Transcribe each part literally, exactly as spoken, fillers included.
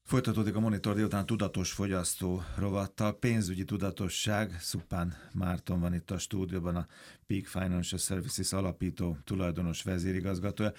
Folytatódik a Monitor délután tudatos fogyasztó rovattal. Pénzügyi tudatosság. Szupán Márton van itt a stúdióban, a Peak Financial Services alapító, tulajdonos, vezérigazgatója.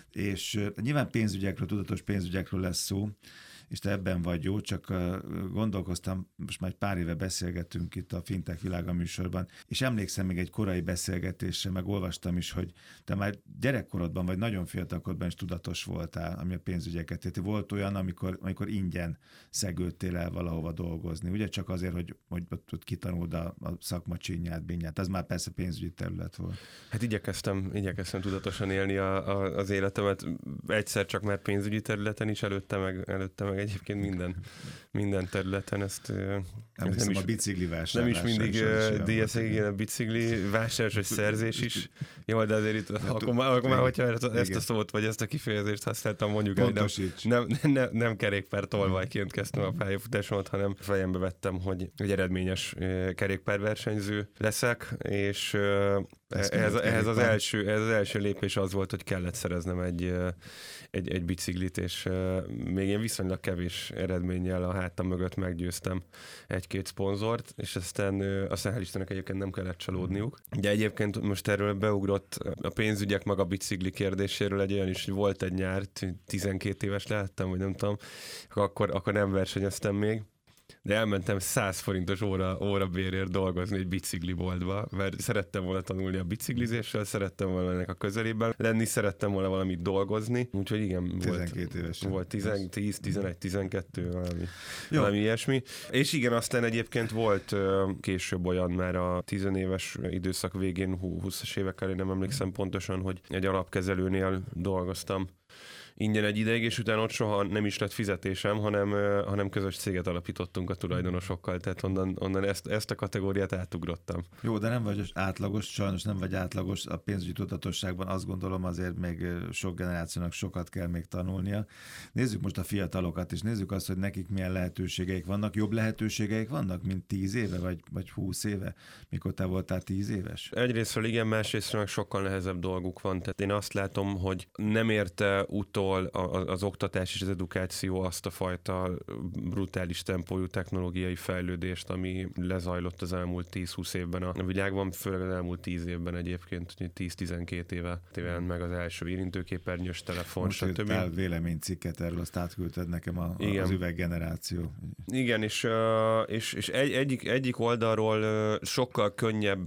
És uh, nyilván pénzügyekről, tudatos pénzügyekről lesz szó, és te ebben vagy jó, csak uh, gondolkoztam, most már egy pár éve beszélgetünk itt a Fintech Világa műsorban, és emlékszem még egy korai beszélgetésre, meg olvastam is, hogy te már gyerekkorodban, vagy nagyon fiatalkodban is tudatos voltál, ami a pénzügyeket érti. Volt olyan, amikor, amikor ingyen szegődtél el valahova dolgozni, ugye csak azért, hogy, hogy ott kitanuld a, a szakma csínyát, bínyát. Az már persze pénzügyi terület volt. Hát igyekeztem, igyekeztem tudatosan élni a, a, az életemet. Egyszer csak már pénzügyi területen is, előtte meg, előtte meg egyébként minden, minden területen. Ezt, nem, nem is, a bicikli vásárlás. Nem is mindig díjeszek, igen, a bicikli vásárlás vagy szerzés is. Jó, de azért itt, akkor már, akkor már hogyha ezt a szót, vagy ezt a kifejezést használtam, mondjuk, nem, nem, nem, nem kerékpár tolvajként kezdtem a pályafutásomat, hanem fejembe vettem, hogy egy eredményes kerékpárversenyző leszek, és ehhez, ehhez, az első, ehhez az első lépés az volt, hogy kellett szereznem egy, egy, egy biciklit, és még én viszonylag kevés eredménnyel a hátam mögött meggyőztem egy-két szponzort, és aztán, aztán hál' Istennek egyébként nem kellett csalódniuk. De egyébként most erről beugrott a pénzügyek meg a bicikli kérdéséről egy olyan is, hogy volt egy nyár, tizenkét éves lehettem, vagy nem tudom, akkor, akkor nem versenyeztem még, de elmentem száz forintos óra, óra bérért dolgozni egy bicikliboltba, mert szerettem volna tanulni a biciklizéssel, szerettem volna ennek a közelében lenni, szerettem volna valamit dolgozni, úgyhogy igen, tizenkét volt, éves. volt tíz, tizenegy, tizenkettő, valami, valami ilyesmi. És igen, aztán egyébként volt később olyan már a tizenéves időszak végén, húszas évek elé, nem emlékszem pontosan, hogy egy alapkezelőnél dolgoztam ingyen egy ideig, és utána ott soha nem is lett fizetésem, hanem, hanem közös céget alapítottunk a tulajdonosokkal, tehát onnan, onnan ezt, ezt a kategóriát átugrottam. Jó, de nem vagy átlagos, sajnos nem vagy átlagos, a pénzügyi tudatosságban azt gondolom azért még sok generációnak sokat kell még tanulnia. Nézzük most a fiatalokat, és nézzük azt, hogy nekik milyen lehetőségeik vannak. Jobb lehetőségeik vannak, mint tíz éve, vagy, vagy húsz éve, mikor te voltál tíz éves? Egyrésztről igen, másrésztről meg sokkal nehezebb dolguk van. Tehát én azt látom, hogy nem érte utol az oktatás és az edukáció azt a fajta brutális tempójú technológiai fejlődést, ami lezajlott az elmúlt tíz-húsz évben a világban, főleg az elmúlt tíz évben egyébként, tíz-tizenkét éve jelent meg az első érintőképernyős telefon, most stb. Most írtál véleménycikket erről, azt átküldted nekem a, az üveggeneráció. Igen, és, és, és egy, egyik, egyik oldalról sokkal könnyebb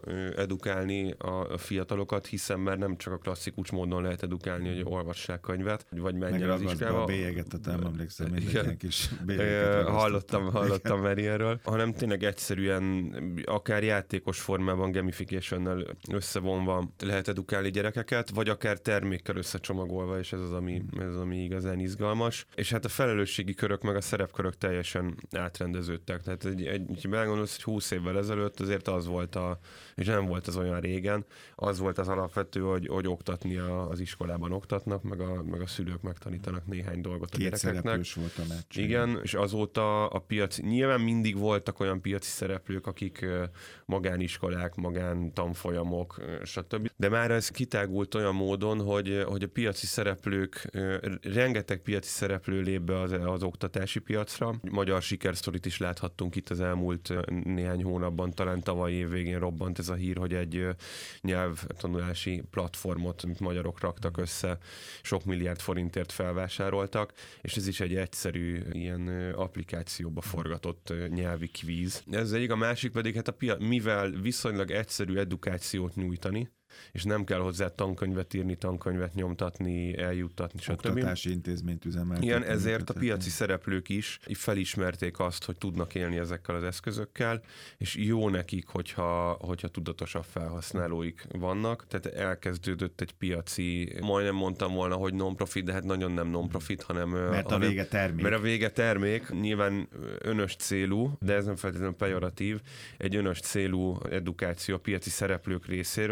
edukálni a fiatalokat, hiszen már nem csak a klasszikus módon lehet edukálni, hogy olvassák könyvet, vagy menjen az iskolába. A bélyeget, nem emlékszem, minden kis Hallottam, hallottam már ilyenről, hanem tényleg egyszerűen, akár játékos formában, gamification-nel összevonva lehet edukálni gyerekeket, vagy akár termékkel összecsomagolva, és ez az, ami, ez az, ami igazán izgalmas. És hát a felelősségi körök meg a szerepkörök teljesen átrendeződtek. Tehát egy, egy, belgondolsz, hogy húsz évvel ezelőtt azért az volt a, és nem volt az olyan régen, az volt az alapvető, hogy, hogy oktatni a, az iskolában oktatnak, meg a, meg a szülők megtanítanak néhány dolgot a Két gyerekeknek. volt a meccs. Igen, és azóta a piac, nyilván mindig voltak olyan piaci szereplők, akik magániskolák, magántanfolyamok, stb. De már ez kitágult olyan módon, hogy, hogy a piaci szereplők, rengeteg piaci szereplő lép be az, az oktatási piacra. Magyar sikersztorit is láthattunk itt az elmúlt néhány hónapban, talán tavaly év végén robbant ez a hír, hogy egy nyelvtanulási platformot, amit magyarok raktak össze, sok milliárd forintért felvásároltak, és ez is egy egyszerű ilyen applikációba forgatott nyelvi kvíz. Ez egyik, a másik pedig, hát a pia- mivel viszonylag egyszerű edukációt nyújtani, és nem kell hozzá tankönyvet írni, tankönyvet nyomtatni, eljuttatni, stb. Oktatási intézményt üzemeltetni. Igen, ezért a piaci szereplők is felismerték azt, hogy tudnak élni ezekkel az eszközökkel, és jó nekik, hogyha, hogyha tudatosabb felhasználóik vannak. Tehát elkezdődött egy piaci, majdnem mondtam volna, hogy non-profit, de hát nagyon nem non-profit, hanem... Mert a hanem, vége termék. Mert a vége termék, nyilván önös célú, de ez nem feltétlenül pejoratív, egy önös célú edukáció a piaci szereplők részéről, egy digitális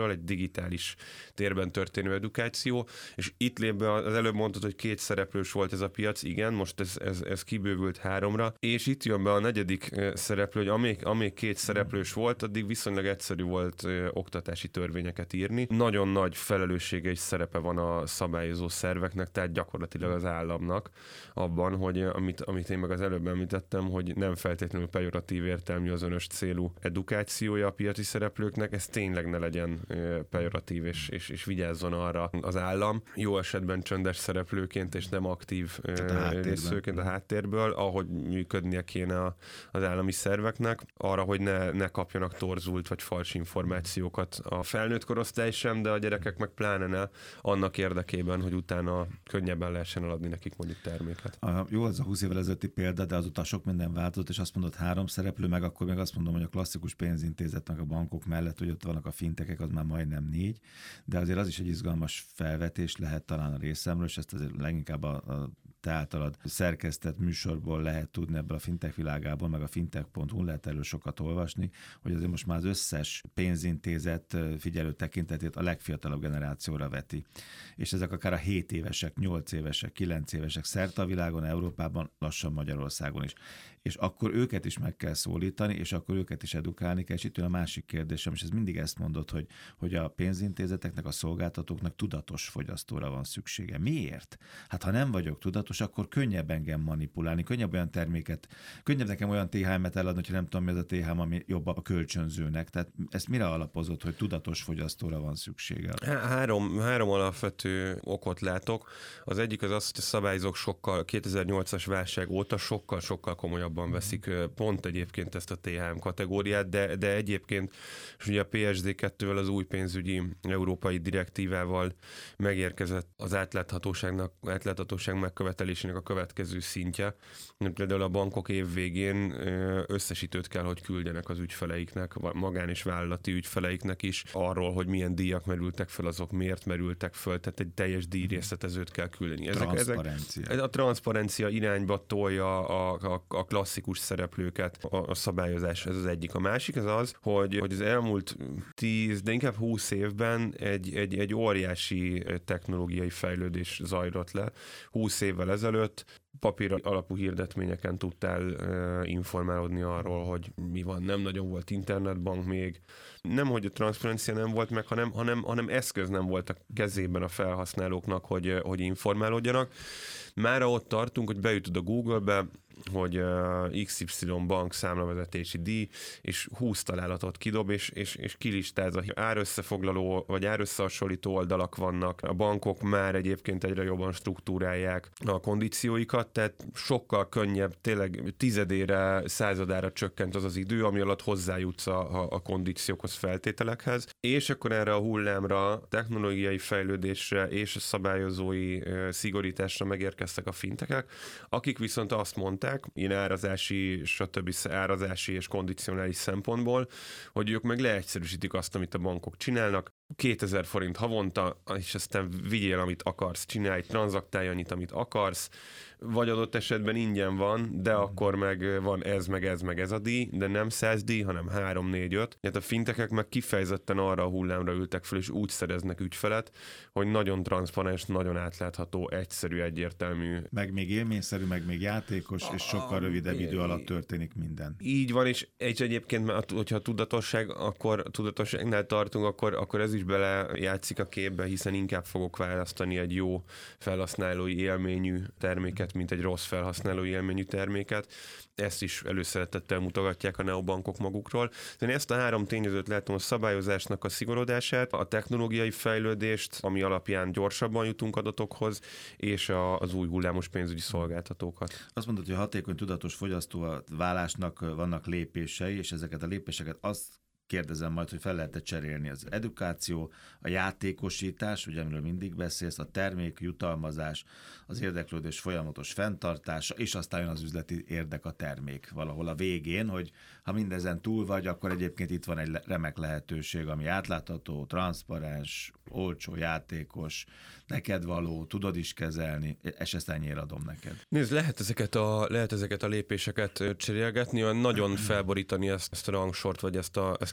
digitális térben történő edukáció, és itt lép be, az előbb mondtad, hogy két szereplős volt ez a piac, igen, most ez, ez, ez kibővült háromra, és itt jön be a negyedik szereplő, hogy amíg, amíg két szereplős volt, addig viszonylag egyszerű volt ö, oktatási törvényeket írni. Nagyon nagy felelőssége és szerepe van a szabályozó szerveknek, tehát gyakorlatilag az államnak abban, hogy amit, amit én meg az előbb említettem, hogy nem feltétlenül pejoratív értelmű az önös célú edukációja a piaci szereplőknek, ez tényleg ne legyen ö, pejoratív, és, és, és vigyázzon arra az állam, jó esetben csöndes szereplőként, és nem aktív ö, részvőként a háttérből, ahogy működnie kéne az állami szerveknek, arra, hogy ne, ne kapjanak torzult vagy fals információkat a felnőtt korosztály sem, de a gyerekek meg pláne ne, annak érdekében, hogy utána könnyebben lehessen eladni nekik mondjuk terméket. A, jó, az a húsz évvel ezelőtti példa, de azóta sok minden változott, és azt mondod három szereplő, meg akkor meg azt mondom, hogy a klasszikus pénzintézetnek a bankok mellett, hogy ott vannak a fintekek, az már majdnem négy, de azért az is egy izgalmas felvetés lehet talán a részemről, és ezt azért leginkább a, a te általad szerkesztett műsorból lehet tudni ebből a fintech világából, meg a fintech pont hu lehet erről sokat olvasni, hogy azért most már az összes pénzintézet figyelő tekintetét a legfiatalabb generációra veti. És ezek akár a hét évesek, nyolc évesek, kilenc évesek szerte a világon, Európában, lassan Magyarországon is. És akkor őket is meg kell szólítani, és akkor őket is edukálni kell. És itt jön a másik kérdésem, és ez mindig ezt mondod, hogy, hogy a pénzintézeteknek, a szolgáltatóknak tudatos fogyasztóra van szüksége. Miért? Hát ha nem vagyok tudatos, akkor könnyebb engem manipulálni, könnyebb olyan terméket, könnyebb nekem olyan té há em-et eladni, hogy nem tudom, mi ez a té há em, ami jobb a kölcsönzőnek. Tehát ezt mire alapozott, hogy tudatos fogyasztóra van szüksége? Három, három alapvető okot látok. Az egyik az az, hogy a szabályzók sokkal, kétezer-nyolcas válság óta sokkal-sokkal komolyabban veszik pont egyébként ezt a té há em kategóriát, de, de egyébként, és ugye a pé es dé kettővel, az új pénzügyi európai direktívával megérkezett az átláthatóságnak, átláthatóság megkövetelésének a következő szintje. Például a bankok év végén összesítőt kell, hogy küldjenek az ügyfeleiknek, magán és vállalati ügyfeleiknek is, arról, hogy milyen díjak merültek föl, azok miért merültek föl, tehát egy teljes díjrészletezőt kell küldeni. Ezek, transzparencia. Ezek, a transzparencia irányba tolja a, a, a klasszikus szereplőket a, a szabályozás, ez az egyik. A másik az az, hogy, hogy az elmúlt tíz, de inkább húsz évben egy, egy, egy óriási technológiai fejlődés zajlott le. húsz évvel ezelőtt papír alapú hirdetményeken tudtál uh, informálódni arról, hogy mi van. Nem nagyon volt internetbank még. Nem, hogy a transzparencia nem volt meg, hanem, hanem, hanem eszköz nem volt a kezében a felhasználóknak, hogy, hogy informálódjanak. Mára ott tartunk, hogy beütöd a Google-be, hogy uh, iksz ipszilon bank számlavezetési díj, és húsz találatot kidob, és, és, és kilistázza. Árösszefoglaló, vagy árösszehasonlító oldalak vannak. A bankok már egyébként egyre jobban struktúrálják a kondícióikat, tehát sokkal könnyebb, tényleg tizedére, századára csökkent az az idő, ami alatt hozzájutsz a, a kondíciókhoz, feltételekhez. És akkor erre a hullámra, technológiai fejlődésre és a szabályozói uh, szigorításra megérkeztek a fintekek, akik viszont azt mondták, ilyen árazási, stb. Árazási és kondicionális szempontból, hogy ők meg leegyszerűsítik azt, amit a bankok csinálnak, kétezer forint havonta, és aztán vigyél, amit akarsz, csinálj, tranzaktálj annyit, amit akarsz, vagy adott esetben ingyen van, de akkor meg van ez, meg ez, meg ez a díj, de nem száz díj, hanem három, négy, öt. Hát a fintekek meg kifejezetten arra a hullámra ültek fel, és úgy szereznek ügyfelet, hogy nagyon transzparens, nagyon átlátható, egyszerű, egyértelmű. Meg még élményszerű, meg még játékos, és sokkal rövidebb idő alatt történik minden. Így van, és egy egyébként, hogyha a tudatosság, akkor tudatosságnál tartunk, akkor, akkor ez is belejátszik a képbe, hiszen inkább fogok választani egy jó felhasználói élményű terméket, mint egy rossz felhasználói élményű terméket. Ezt is előszeretettel mutogatják a neobankok magukról. De én ezt a három tényezőt látom, a szabályozásnak a szigorodását, a technológiai fejlődést, ami alapján gyorsabban jutunk adatokhoz, és a, az új hullámos pénzügyi szolgáltatókat. Azt mondod, hogy a hatékony tudatos fogyasztóválásnak vannak lépései, és ezeket a lépéseket azt kérdezem majd, hogy fel lehet-e cserélni az edukáció, a játékosítás, ugye amiről mindig beszélsz, a termék, jutalmazás, az érdeklődés folyamatos fenntartása, és aztán jön az üzleti érdek, a termék valahol a végén, hogy ha mindezen túl vagy, akkor egyébként itt van egy remek lehetőség, ami átlátható, transzparens, olcsó, játékos, neked való, tudod is kezelni, és ezt ennyire adom neked. Nézd, lehet ezeket a, lehet ezeket a lépéseket cserélgetni, nagyon felborítani ezt, ezt a rangsort, vagy ezt a, ezt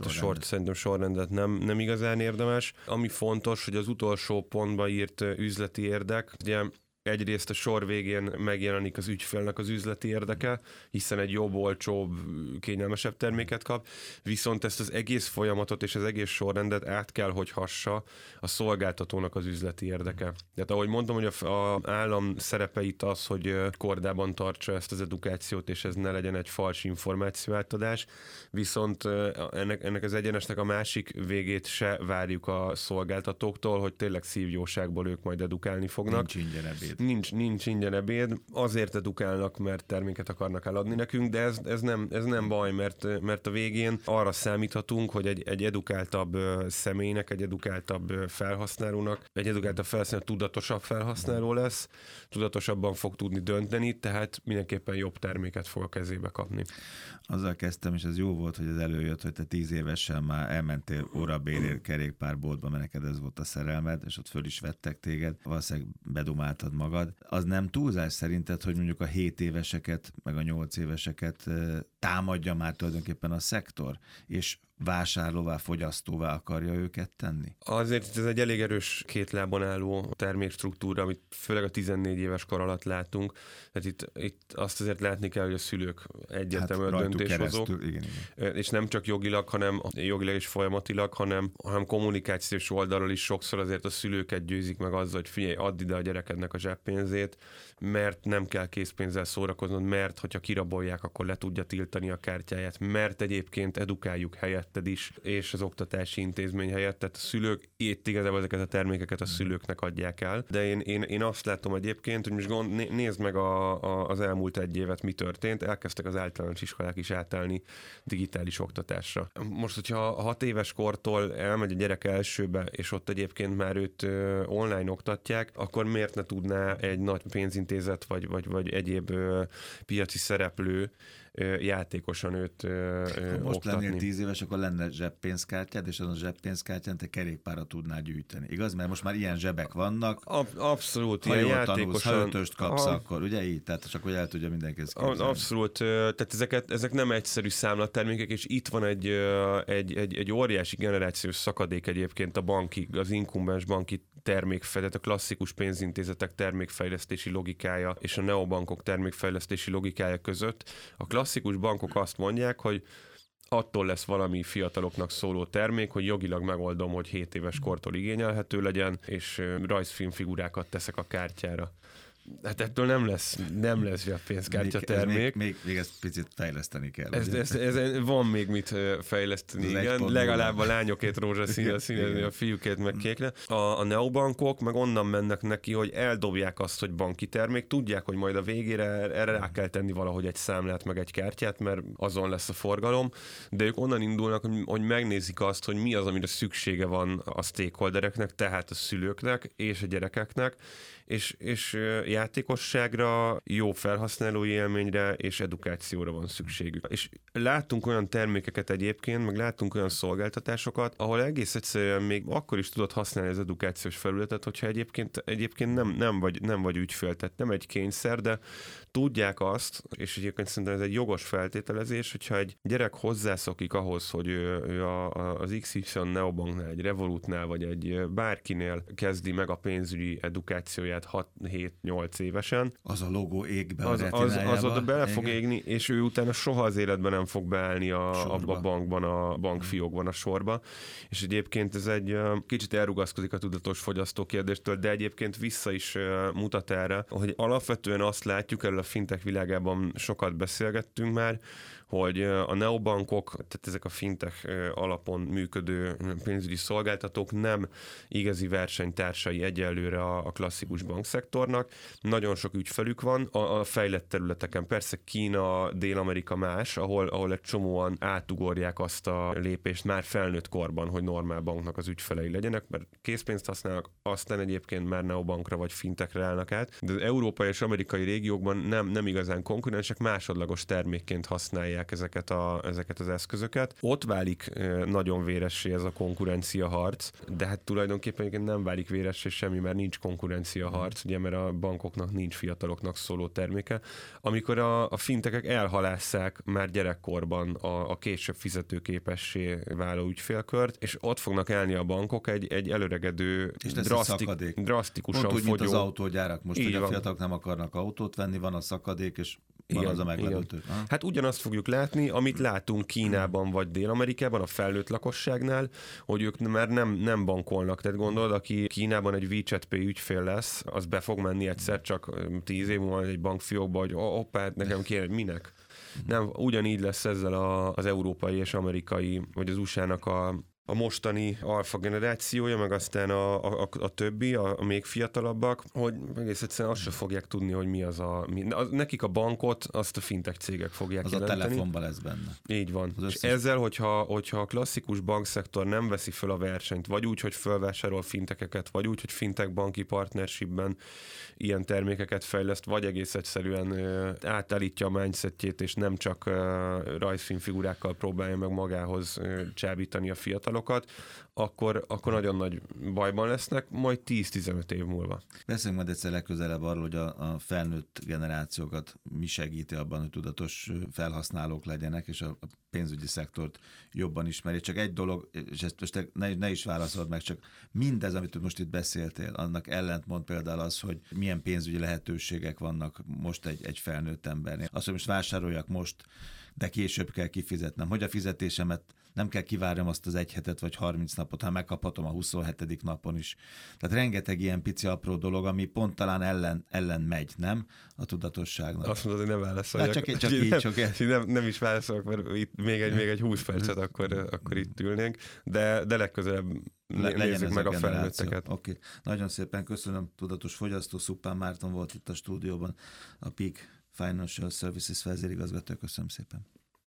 a sort, szerintem sorrendet nem, nem igazán érdemes. Ami fontos, hogy az utolsó pontba írt üzleti érdek, ugye egyrészt a sor végén megjelenik az ügyfélnek az üzleti érdeke, hiszen egy jobb, olcsóbb, kényelmesebb terméket kap, viszont ezt az egész folyamatot és az egész sorrendet át kell, hogy hassa a szolgáltatónak az üzleti érdeke. Tehát ahogy mondtam, hogy az állam szerepe itt az, hogy kordában tartsa ezt az edukációt, és ez ne legyen egy fals információátadás, viszont ennek, ennek az egyenesnek a másik végét se várjuk a szolgáltatóktól, hogy tényleg szívjóságból ők majd edukálni fognak. Nincs ingyen ebéd. Nincs, nincs ingyen ebéd, azért edukálnak, mert terméket akarnak eladni nekünk, de ez, ez, nem, ez nem baj, mert, mert a végén arra számíthatunk, hogy egy, egy edukáltabb személynek, egy edukáltabb felhasználónak, egy edukáltabb felhasználó tudatosabb felhasználó lesz, tudatosabban fog tudni dönteni, tehát mindenképpen jobb terméket fog a kezébe kapni. Azzal kezdtem, és ez jó volt, hogy ez előjött, hogy te tíz évesen már elmentél órabérért kerékpárboltba, mert neked ez volt a szerelmed, és ott föl is vettek téged, valószínűleg bedumáltad magad. Az nem túlzás szerinted, hogy mondjuk a hét éveseket, meg a nyolc éveseket támadja már tulajdonképpen a szektor, és vásárlóvá, fogyasztóvá akarja őket tenni? Azért ez egy elég erős két lábon álló termékstruktúra, amit főleg a tizennégy éves kor alatt látunk. Tehát itt, itt azt azért látni kell, hogy a szülők egyértelműen hát döntéshozók. Igen, igen. És nem csak jogilag, hanem jogilag és folyamatilag, hanem, hanem kommunikációs oldalról is sokszor azért a szülőket győzik meg azzal, hogy figyelj, add ide a gyerekednek a zseppénzét, mert nem kell készpénzzel szórakoznod, mert hogyha kirabolják, akkor le tudja tiltani a kártyáját, mert egyébként edukáljuk helyetted is, és az oktatási intézmény helyett, tehát a szülők, itt igazából ezeket a termékeket a szülőknek adják el. De én, én, én azt látom egyébként, hogy most gond, nézd meg a, a, az elmúlt egy évet, mi történt, elkezdtek az általános iskolák is átállni digitális oktatásra. Most, hogyha a hat éves kortól elmegy a gyerek elsőbe, és ott egyébként már őt ö, online oktatják, akkor miért ne tudná egy nagy pénzintézet, vagy, vagy, vagy egyéb ö, piaci szereplő játékosan őt ö, most oktatni. lennél tíz éves, akkor lenne zseppénzkártyád, és azon a zseppénzkártyán te kerékpárra tudnál gyűjteni. Igaz? Mert most már ilyen zsebek vannak. Ab, abszolút, ha ilyen jól játékosan. Tanulsz, ha ötöst kapsz, a... akkor ugye így? Tehát csak hogy el tudja mindenki ezt képzelni. Abszolút. Tehát ezeket, ezek nem egyszerű számlatermékek, és itt van egy, egy, egy, egy óriási generációs szakadék egyébként a banki, az inkumbens banki termékfejlesztés, a klasszikus pénzintézetek termékfejlesztési logikája és a neobankok termékfejlesztési logikája között. A klasszikus bankok azt mondják, hogy attól lesz valami fiataloknak szóló termék, hogy jogilag megoldom, hogy hét éves kortól igényelhető legyen, és rajzfilmfigurákat teszek a kártyára. Hát ettől nem lesz, nem lesz zseppénzkártya termék. Még, még, még ezt picit fejleszteni kell. Ez, ez, ez, van még mit fejleszteni, igen. Legalább a lányokét rózsaszínre színezni, a fiúkét meg kékre. A, a neobankok meg onnan mennek neki, hogy eldobják azt, hogy banki termék, tudják, hogy majd a végére erre rá kell tenni valahogy egy számlát, meg egy kártyát, mert azon lesz a forgalom, de ők onnan indulnak, hogy, hogy megnézik azt, hogy mi az, amire szüksége van a stakeholdereknek, tehát a szülőknek és a gyerekeknek, és, és játékosságra, jó felhasználói élményre és edukációra van szükségük. És láttunk olyan termékeket egyébként, meg láttunk olyan szolgáltatásokat, ahol egész egyszerűen még akkor is tudod használni az edukációs felületet, hogyha egyébként, egyébként nem, nem, vagy, nem vagy ügyfél, tehát nem egy kényszer, de tudják azt, és egyébként szerintem ez egy jogos feltételezés, hogyha egy gyerek hozzászokik ahhoz, hogy ő, ő a, a, az iksz ipszilon Neobanknál, egy Revolutnál, vagy egy bárkinél kezdi meg a pénzügyi edukációját hat hét nyolc évesen. Az a logó ég be a az, az, az oda bele fog égni, és ő utána soha az életben nem fog beállni a, abba a bankban, a bankfiókban, a sorba. És egyébként ez egy kicsit elrugaszkodik a tudatos fogyasztó kérdéstől, de egyébként vissza is mutat erre, hogy alapvetően azt látjuk, erről a fintech világában sokat beszélgettünk már, hogy a neobankok, tehát ezek a fintech alapon működő pénzügyi szolgáltatók nem igazi versenytársai egyelőre a klasszikus bankszektornak. Nagyon sok ügyfelük van a fejlett területeken. Persze Kína, Dél-Amerika más, ahol, ahol egy csomóan átugorják azt a lépést már felnőtt korban, hogy normál banknak az ügyfelei legyenek, mert készpénzt használnak, aztán egyébként már neobankra vagy fintechre állnak át. De az európai és amerikai régiókban nem, nem igazán konkurensek, másodlagos termékként használják ezeket, a, ezeket az eszközöket. Ott válik nagyon véressé ez a konkurencia harc, de hát tulajdonképpen nem válik véressé semmi, mert nincs konkurencia harc, ugye, mert a bankoknak nincs fiataloknak szóló terméke. Amikor a, a fintekek elhalásszák már gyerekkorban a, a később fizetőképessé váló ügyfélkört, és ott fognak állni a bankok egy, egy előregedő, drasztik, drasztikusan Pont úgy, fogyó... mint az autógyárak most, hogy a fiatalok nem akarnak autót venni, van a szakadék, és van igen, az a meglevőtő. Hát ugyanazt fogjuk látni, amit látunk Kínában vagy Dél-Amerikában, a felnőtt lakosságnál, hogy ők már nem, nem bankolnak. Tehát gondolod, aki Kínában egy WeChat Pay ügyfél lesz, az be fog menni egyszer csak tíz év múlva egy bankfiókba, hogy hoppá, nekem kéne, minek? Nem, ugyanígy lesz ezzel a, az európai és amerikai, vagy az u es á-nak a a mostani alfa generációja, meg aztán a, a, a többi, a, a még fiatalabbak, hogy egész egyszerűen azt se fogják tudni, hogy mi az a... Mi, az, nekik a bankot, azt a fintech cégek fogják az jelenteni. Az a telefonban lesz benne. Így van. És ezzel, hogyha, hogyha a klasszikus bankszektor nem veszi föl a versenyt, vagy úgy, hogy fölvásárol fintekeket, vagy úgy, hogy fintech banki partnershipben ilyen termékeket fejleszt, vagy egész egyszerűen uh, átállítja a mindsetjét, és nem csak uh, rajzfilmfigurákkal próbálja meg magához uh, csábítani a fiatalokat, akkor, akkor nagyon nagy bajban lesznek, majd tíz-tizenöt év múlva. Beszélünk majd egyszer legközelebb arról, hogy a, a felnőtt generációkat mi segíti abban, hogy tudatos felhasználók legyenek, és a, a pénzügyi szektort jobban ismeri. Csak egy dolog, és ezt most ne, ne is válaszold meg, csak mindez, amit most itt beszéltél, annak ellentmond például az, hogy milyen pénzügyi lehetőségek vannak most egy, egy felnőtt embernél. Az, hogy most vásároljak most, de később kell kifizetnem. Hogy a fizetésemet nem kell kivárjam azt az egy hetet vagy harminc napot, ha megkaphatom a huszonhetedik napon is. Tehát rengeteg ilyen pici apró dolog, ami pont talán ellen, ellen megy, nem? A tudatosságnak. Azt mondod, hogy nem válaszoljak. Hát csak, csak így, nem, csak nem, nem is válaszolok, mert itt még egy, még egy húsz percet akkor, akkor itt ülnénk, de, de legközelebb Le, nézzük meg a felnőtteket. Oké. Okay. Nagyon szépen köszönöm, tudatos fogyasztó, Szuppán Márton volt itt a stúdióban, a Peak Financial Services vezérigazgató. Köszönöm szépen.